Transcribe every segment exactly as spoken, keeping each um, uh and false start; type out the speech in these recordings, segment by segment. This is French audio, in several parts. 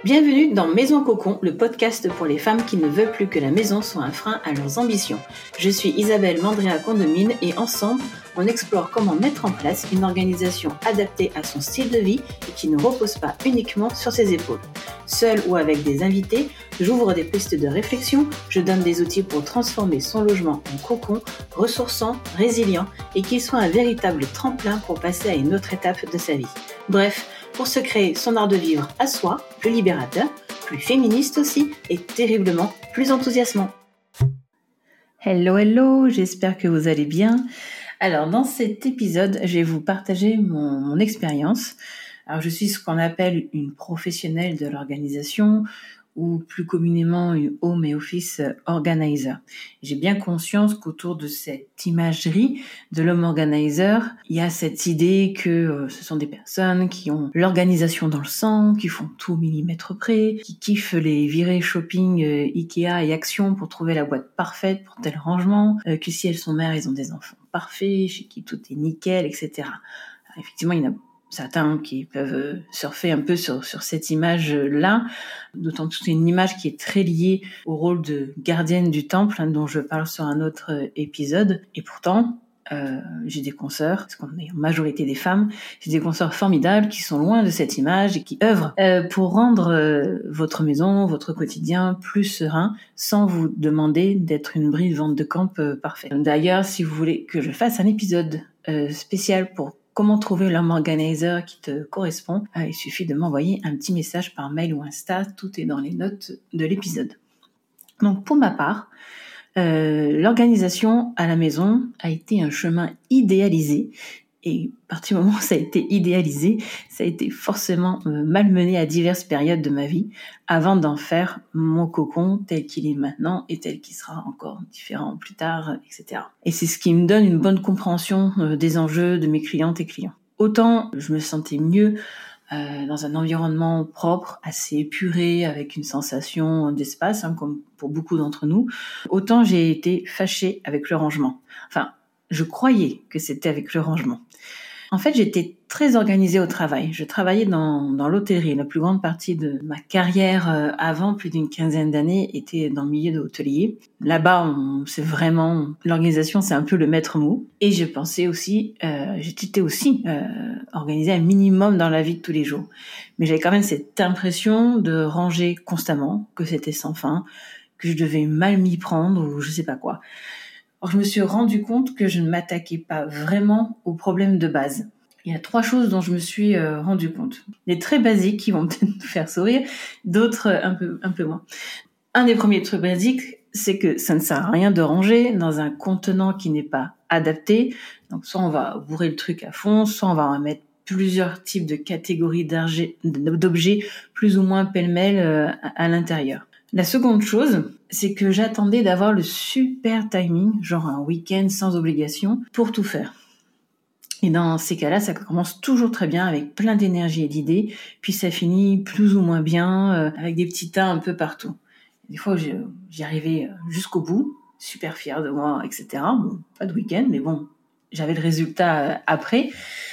Bienvenue dans Maison Cocon, le podcast pour les femmes qui ne veulent plus que la maison soit un frein à leurs ambitions. Je suis Isabelle Mandrea-Condomine et ensemble, on explore comment mettre en place une organisation adaptée à son style de vie et qui ne repose pas uniquement sur ses épaules. Seule ou avec des invités, j'ouvre des pistes de réflexion, je donne des outils pour transformer son logement en cocon, ressourçant, résilient et qu'il soit un véritable tremplin pour passer à une autre étape de sa vie. Bref, pour se créer son art de vivre à soi, plus libérateur, plus féministe aussi et terriblement plus enthousiasmant. Hello, hello, j'espère que vous allez bien. Alors, dans cet épisode, je vais vous partager mon, mon expérience. Alors, je suis ce qu'on appelle une professionnelle de l'organisation ou plus communément une home et office organizer. J'ai bien conscience qu'autour de cette imagerie de l'homme organizer, il y a cette idée que euh, ce sont des personnes qui ont l'organisation dans le sang, qui font tout au millimètre près, qui kiffent les virées shopping euh, Ikea et Action pour trouver la boîte parfaite pour tel rangement, euh, que si elles sont mères, ils ont des enfants parfaits, chez qui tout est nickel, et cetera. Alors, effectivement, il y en a certains qui peuvent surfer un peu sur, sur cette image-là, d'autant que c'est une image qui est très liée au rôle de gardienne du temple, hein, dont je parle sur un autre épisode. Et pourtant, euh, j'ai des consoeurs, parce qu'on est en majorité des femmes, j'ai des consoeurs formidables qui sont loin de cette image et qui œuvrent euh, pour rendre euh, votre maison, votre quotidien plus serein, sans vous demander d'être une bride vente de camp euh, parfaite. D'ailleurs, si vous voulez que je fasse un épisode euh, spécial pour comment trouver l'homme organizer qui te correspond, euh, il suffit de m'envoyer un petit message par mail ou Insta, tout est dans les notes de l'épisode. Donc pour ma part, euh, l'organisation à la maison a été un chemin idéalisé, et à partir du moment où ça a été idéalisé, ça a été forcément euh, malmené à diverses périodes de ma vie, avant d'en faire mon cocon tel qu'il est maintenant et tel qu'il sera encore différent plus tard, et cetera. Et c'est ce qui me donne une bonne compréhension euh, des enjeux de mes clientes et clients. Autant je me sentais mieux euh, dans un environnement propre, assez épuré, avec une sensation d'espace, hein, comme pour beaucoup d'entre nous, autant j'ai été fâchée avec le rangement. Enfin, je croyais que c'était avec le rangement. En fait, j'étais très organisée au travail. Je travaillais dans, dans l'hôtellerie. La plus grande partie de ma carrière euh, avant plus d'une quinzaine d'années était dans le milieu de l'hôtelier. Là-bas, on, c'est vraiment l'organisation, c'est un peu le maître mot. Et je pensais aussi, euh, j'étais aussi euh, organisée un minimum dans la vie de tous les jours. Mais j'avais quand même cette impression de ranger constamment, que c'était sans fin, que je devais mal m'y prendre ou je sais pas quoi. Alors, je me suis rendu compte que je ne m'attaquais pas vraiment aux problèmes de base. Il y a trois choses dont je me suis euh, rendu compte. Des très basiques qui vont peut-être nous faire sourire, d'autres euh, un peu, un peu moins. Un des premiers trucs basiques, c'est que ça ne sert à rien de ranger dans un contenant qui n'est pas adapté. Donc, soit on va bourrer le truc à fond, soit on va en mettre plusieurs types de catégories d'objets plus ou moins pêle-mêle euh, à l'intérieur. La seconde chose, c'est que j'attendais d'avoir le super timing, genre un week-end sans obligation, pour tout faire. Et dans ces cas-là, ça commence toujours très bien avec plein d'énergie et d'idées, puis ça finit plus ou moins bien euh, avec des petits tas un peu partout. Des fois, j'y arrivais jusqu'au bout, super fière de moi, et cetera. Bon, pas de week-end, mais bon, j'avais le résultat après.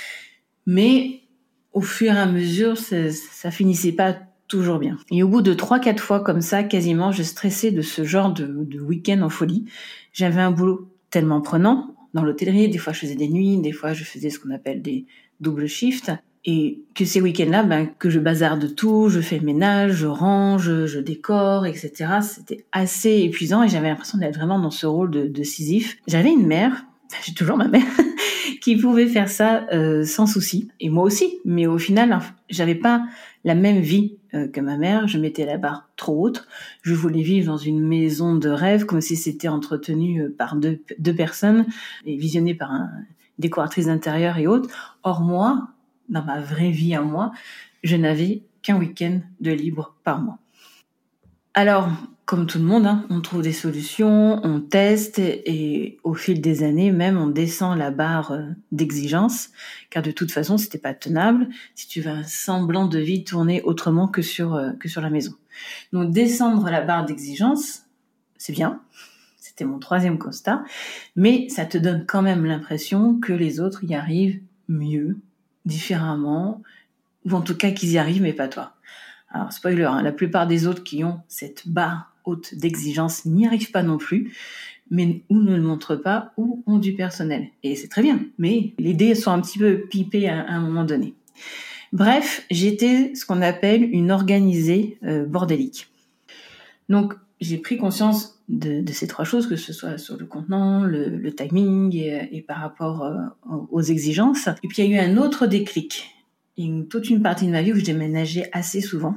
Mais au fur et à mesure, ça, ça finissait pas toujours bien. Et au bout de trois, quatre fois comme ça, quasiment, je stressais de ce genre de, de week-end en folie. J'avais un boulot tellement prenant dans l'hôtellerie. Des fois, je faisais des nuits. Des fois, je faisais ce qu'on appelle des double shifts. Et que ces week-ends-là, ben, que je bazarde tout, je fais le ménage, je range, je décore, et cetera. C'était assez épuisant et j'avais l'impression d'être vraiment dans ce rôle de, de Sisyphe. J'avais une mère, j'ai toujours ma mère, qui pouvait faire ça euh, sans souci. Et moi aussi. Mais au final, j'avais pas la même vie euh, que ma mère. Je mettais la barre trop haute. Je voulais vivre dans une maison de rêve, comme si c'était entretenu par deux, deux personnes et visionné par un décoratrice d'intérieur et autres. Or moi, dans ma vraie vie à moi, je n'avais qu'un week-end de libre par mois. Alors, comme tout le monde, hein, on trouve des solutions, on teste et, et au fil des années, même on descend la barre euh, d'exigence, car de toute façon, c'était pas tenable si tu veux un semblant de vie tourner autrement que sur euh, que sur la maison. Donc descendre la barre d'exigence, c'est bien. C'était mon troisième constat, mais ça te donne quand même l'impression que les autres y arrivent mieux, différemment, ou en tout cas qu'ils y arrivent, mais pas toi. Alors, spoiler, hein, la plupart des autres qui ont cette barre haute d'exigence n'y arrivent pas non plus, mais ou ne le montrent pas, ou ont du personnel. Et c'est très bien, mais les dés sont un petit peu pipés à, à un moment donné. Bref, j'étais ce qu'on appelle une organisée euh, bordélique. Donc, j'ai pris conscience de, de ces trois choses, que ce soit sur le contenant, le, le timing et, et par rapport euh, aux exigences. Et puis, il y a eu un autre déclic. Il y a eu toute une partie de ma vie où je déménageais assez souvent.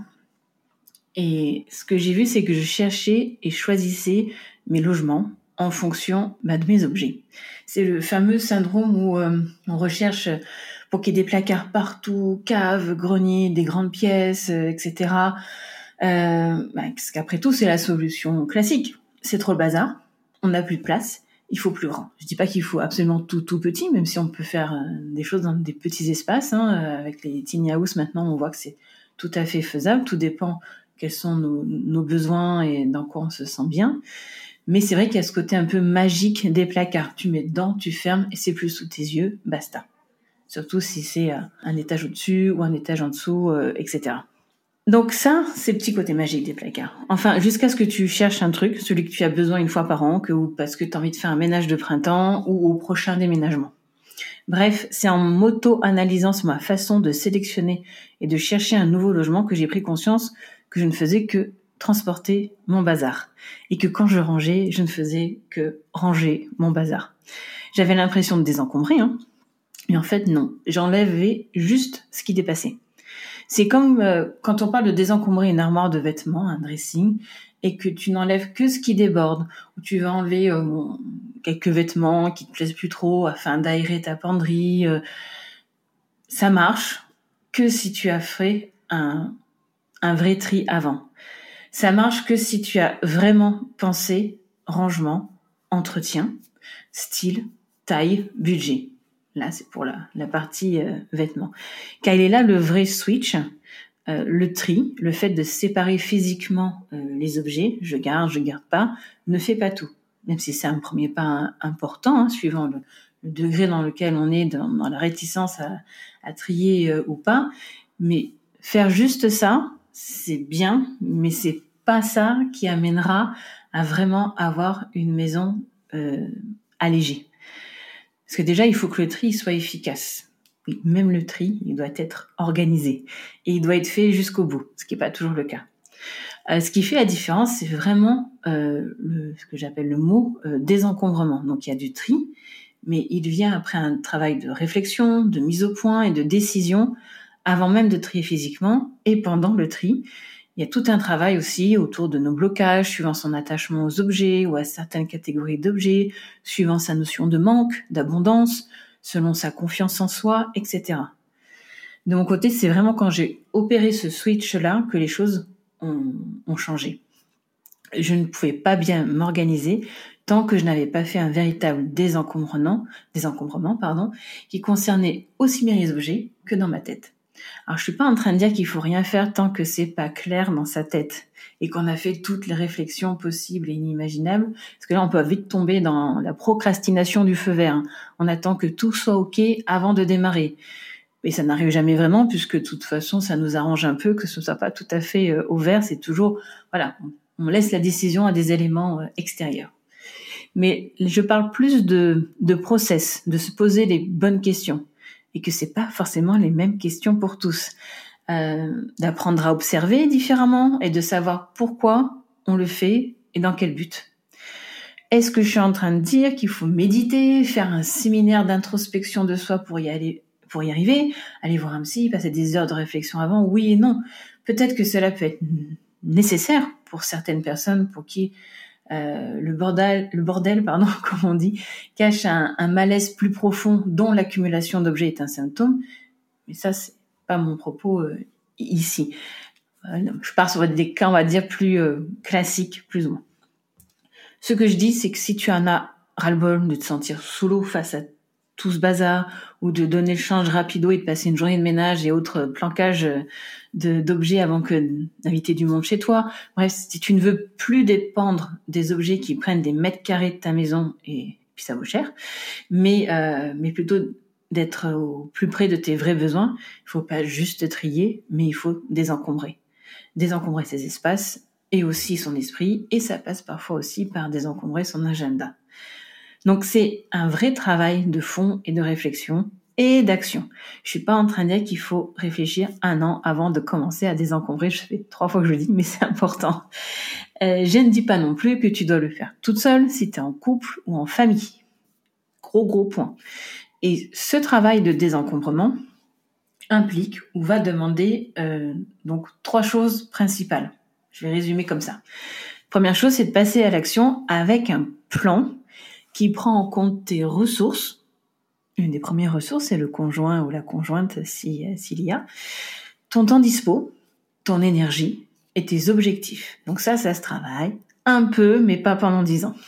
Et ce que j'ai vu, c'est que je cherchais et choisissais mes logements en fonction bah, de mes objets. C'est le fameux syndrome où euh, on recherche pour qu'il y ait des placards partout, caves, greniers, des grandes pièces, euh, et cetera. Euh, bah, parce qu'après tout, c'est la solution classique. C'est trop le bazar, on n'a plus de place, il faut plus grand. Je dis pas qu'il faut absolument tout tout petit, même si on peut faire euh, des choses dans des petits espaces. Hein, euh, avec les tiny house, maintenant, on voit que c'est tout à fait faisable. Tout dépend quels sont nos, nos besoins et dans quoi on se sent bien. Mais c'est vrai qu'il y a ce côté un peu magique des placards. Tu mets dedans, tu fermes et c'est plus sous tes yeux, basta. Surtout si c'est euh, un étage au-dessus ou un étage en dessous, euh, et cetera. Donc ça, c'est le petit côté magique des placards. Enfin, jusqu'à ce que tu cherches un truc, celui que tu as besoin une fois par an, que, ou parce que tu as envie de faire un ménage de printemps ou au prochain déménagement. Bref, c'est en m'auto-analysant sur ma façon de sélectionner et de chercher un nouveau logement que j'ai pris conscience que je ne faisais que transporter mon bazar. Et que quand je rangeais, je ne faisais que ranger mon bazar. J'avais l'impression de désencombrer, hein. Mais en fait, non. J'enlevais juste ce qui dépassait. C'est comme euh, quand on parle de désencombrer une armoire de vêtements, un dressing, et que tu n'enlèves que ce qui déborde, ou tu vas enlever euh, quelques vêtements qui te plaisent plus trop afin d'aérer ta penderie. Euh, ça marche que si tu as fait un, un vrai tri avant. Ça marche que si tu as vraiment pensé rangement, entretien, style, taille, budget. Là, c'est pour la, la partie euh, vêtements. Car il est là le vrai switch, euh, le tri, le fait de séparer physiquement euh, les objets, je garde, je garde pas, ne fait pas tout. Même si c'est un premier pas important, hein, suivant le, le degré dans lequel on est dans, dans la réticence à, à trier euh, ou pas. Mais faire juste ça, c'est bien, mais c'est pas ça qui amènera à vraiment avoir une maison euh, allégée. Parce que déjà, il faut que le tri soit efficace. Oui, même le tri, il doit être organisé. Et il doit être fait jusqu'au bout, ce qui n'est pas toujours le cas. Euh, ce qui fait la différence, c'est vraiment euh, le, ce que j'appelle le mot euh, désencombrement. Donc, il y a du tri, mais il vient après un travail de réflexion, de mise au point et de décision, avant même de trier physiquement et pendant le tri. Il y a tout un travail aussi autour de nos blocages, suivant son attachement aux objets ou à certaines catégories d'objets, suivant sa notion de manque, d'abondance, selon sa confiance en soi, et cetera. De mon côté, c'est vraiment quand j'ai opéré ce switch-là que les choses ont, ont changé. Je ne pouvais pas bien m'organiser tant que je n'avais pas fait un véritable désencombrement, désencombrement pardon, qui concernait aussi bien les objets que dans ma tête. Alors, je suis pas en train de dire qu'il faut rien faire tant que c'est pas clair dans sa tête et qu'on a fait toutes les réflexions possibles et inimaginables. Parce que là, on peut vite tomber dans la procrastination du feu vert. On attend que tout soit OK avant de démarrer. Mais ça n'arrive jamais vraiment puisque de toute façon, ça nous arrange un peu que ce soit pas tout à fait au vert. C'est toujours, voilà, on laisse la décision à des éléments extérieurs. Mais je parle plus de, de process, de se poser les bonnes questions. Et que c'est pas forcément les mêmes questions pour tous. Euh, d'apprendre à observer différemment et de savoir pourquoi on le fait et dans quel but. Est-ce que je suis en train de dire qu'il faut méditer, faire un séminaire d'introspection de soi pour y aller, pour y arriver, aller voir un psy, passer des heures de réflexion avant? Oui et non. Peut-être que cela peut être nécessaire pour certaines personnes pour qui Euh, le bordel, le bordel, pardon, comme on dit, cache un, un malaise plus profond dont l'accumulation d'objets est un symptôme. Mais ça, c'est pas mon propos euh, ici. Euh, je pars sur des cas, on va dire, plus euh, classiques, plus ou moins. Ce que je dis, c'est que si tu en as ras-le-bol de te sentir sous l'eau face à tout ce bazar, ou de donner le change rapido et de passer une journée de ménage et autres planquages de, d'objets avant que d'inviter du monde chez toi. Bref, si tu ne veux plus dépendre des objets qui prennent des mètres carrés de ta maison, et puis ça vaut cher, mais, euh, mais plutôt d'être au plus près de tes vrais besoins, il faut pas juste trier, mais il faut désencombrer. désencombrer ses espaces et aussi son esprit, et ça passe parfois aussi par désencombrer son agenda. Donc c'est un vrai travail de fond et de réflexion et d'action. Je suis pas en train de dire qu'il faut réfléchir un an avant de commencer à désencombrer. Je fais trois fois que je le dis, mais c'est important. Euh, je ne dis pas non plus que tu dois le faire toute seule si tu es en couple ou en famille. Gros, gros point. Et ce travail de désencombrement implique ou va demander euh, donc trois choses principales. Je vais résumer comme ça. Première chose, c'est de passer à l'action avec un plan qui prend en compte tes ressources. Une des premières ressources, c'est le conjoint ou la conjointe, si, s'il y a. Ton temps dispo, ton énergie et tes objectifs. Donc ça, ça se travaille un peu, mais pas pendant dix ans.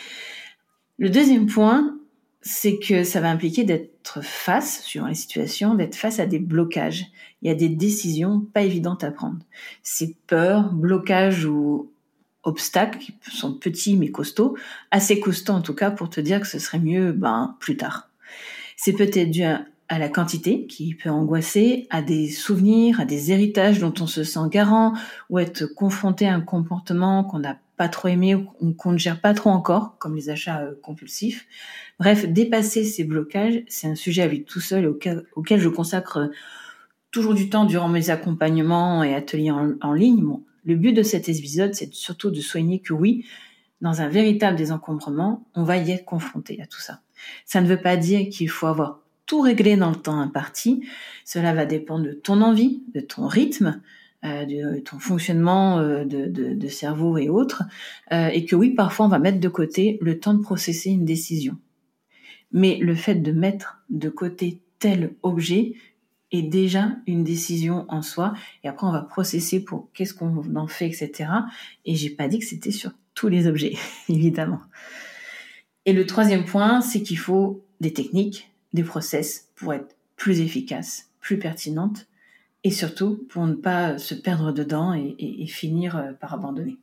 Le deuxième point, c'est que ça va impliquer d'être face, suivant les situations, d'être face à des blocages. Il y a des décisions pas évidentes à prendre. Ces peurs, blocages ou obstacles qui sont petits mais costauds, assez costauds en tout cas pour te dire que ce serait mieux ben, plus tard. C'est peut-être dû à, à la quantité qui peut angoisser, à des souvenirs, à des héritages dont on se sent garant, ou être confronté à un comportement qu'on n'a pas trop aimé ou qu'on ne gère pas trop encore, comme les achats euh, compulsifs. Bref, dépasser ces blocages, c'est un sujet à lui tout seul auquel, auquel je consacre toujours du temps durant mes accompagnements et ateliers en, en ligne. Bon, le but de cet épisode, c'est surtout de souligner que oui, dans un véritable désencombrement, on va y être confronté à tout ça. Ça ne veut pas dire qu'il faut avoir tout réglé dans le temps imparti. Cela va dépendre de ton envie, de ton rythme, euh, de ton fonctionnement euh, de, de, de cerveau et autres. Euh, et que oui, parfois, on va mettre de côté le temps de processer une décision. Mais le fait de mettre de côté tel objet est déjà une décision en soi. Et après, on va processer pour qu'est-ce qu'on en fait, et cetera. Et j'ai pas dit que c'était sur tous les objets, évidemment. Et le troisième point, c'est qu'il faut des techniques, des process pour être plus efficaces, plus pertinentes et surtout pour ne pas se perdre dedans et, et, et finir par abandonner.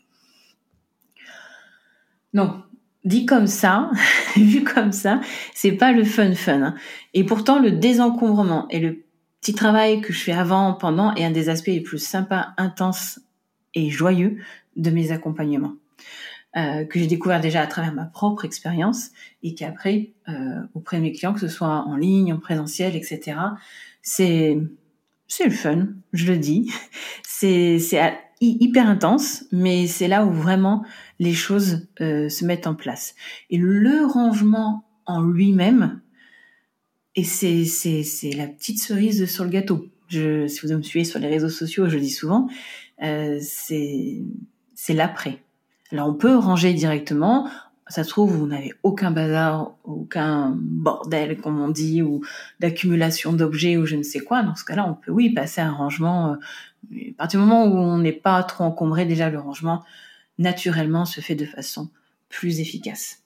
Donc, dit comme ça, vu comme ça, c'est pas le fun fun. Hein. Et pourtant, le désencombrement et le petit travail que je fais avant, pendant, est un des aspects les plus sympas, intenses et joyeux de mes accompagnements. Euh, que j'ai découvert déjà à travers ma propre expérience et qu'après, euh, auprès de mes clients, que ce soit en ligne, en présentiel, et cetera, c'est, c'est le fun, je le dis. C'est, c'est hyper intense, mais c'est là où vraiment les choses euh, se mettent en place. Et le rangement en lui-même, et c'est, c'est, c'est la petite cerise sur le gâteau. Je, si vous me suivez sur les réseaux sociaux, je le dis souvent, euh, c'est, c'est l'après. Alors, on peut ranger directement. Ça se trouve, vous n'avez aucun bazar, aucun bordel, comme on dit, ou d'accumulation d'objets ou je ne sais quoi. Dans ce cas-là, on peut, oui, passer à un rangement. À partir du moment où on n'est pas trop encombré, déjà, le rangement, naturellement, se fait de façon plus efficace.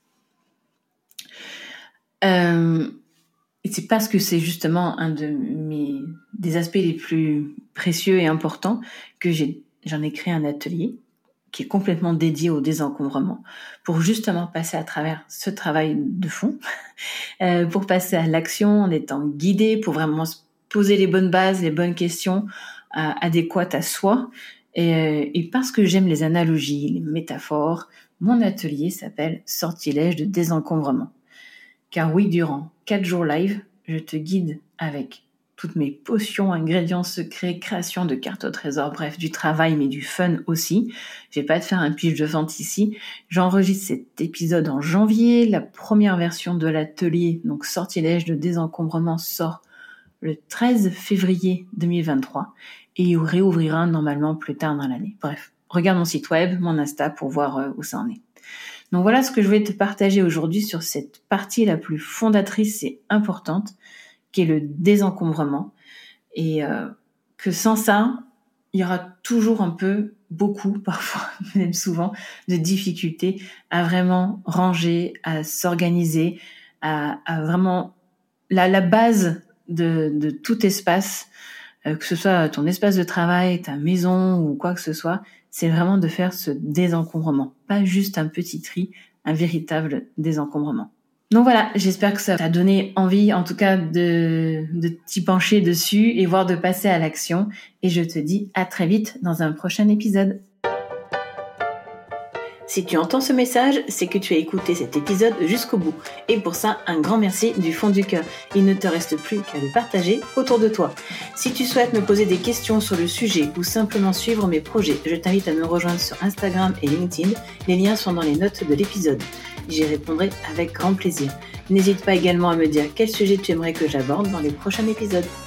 Euh, et c'est parce que c'est justement un de mes, des aspects les plus précieux et importants que j'ai, j'en ai créé un atelier qui est complètement dédié au désencombrement, pour justement passer à travers ce travail de fond, euh, pour passer à l'action en étant guidé, pour vraiment se poser les bonnes bases, les bonnes questions euh, adéquates à soi. Et, euh, et parce que j'aime les analogies, les métaphores, mon atelier s'appelle Sortilège de désencombrement. Car oui, durant quatre jours live, je te guide avec toutes mes potions, ingrédients secrets, création de cartes au trésor, bref, du travail, mais du fun aussi. Je vais pas te faire un pitch de vente ici. J'enregistre cet épisode en janvier. La première version de l'atelier, donc Sortilège de désencombrement, sort le treize février deux mille vingt-trois et il réouvrira normalement plus tard dans l'année. Bref, regarde mon site web, mon Insta pour voir où ça en est. Donc voilà ce que je voulais te partager aujourd'hui sur cette partie la plus fondatrice et importante, qui est le désencombrement, et euh, que sans ça, il y aura toujours un peu, beaucoup, parfois, même souvent, de difficultés à vraiment ranger, à s'organiser, à, à vraiment la, la base de, de tout espace, euh, que ce soit ton espace de travail, ta maison ou quoi que ce soit, c'est vraiment de faire ce désencombrement, pas juste un petit tri, un véritable désencombrement. Donc voilà, j'espère que ça t'a donné envie, en tout cas, de, de t'y pencher dessus et voire de passer à l'action. Et je te dis à très vite dans un prochain épisode. Si tu entends ce message, c'est que tu as écouté cet épisode jusqu'au bout. Et pour ça, un grand merci du fond du cœur. Il ne te reste plus qu'à le partager autour de toi. Si tu souhaites me poser des questions sur le sujet ou simplement suivre mes projets, je t'invite à me rejoindre sur Instagram et LinkedIn. Les liens sont dans les notes de l'épisode. J'y répondrai avec grand plaisir. N'hésite pas également à me dire quel sujet tu aimerais que j'aborde dans les prochains épisodes.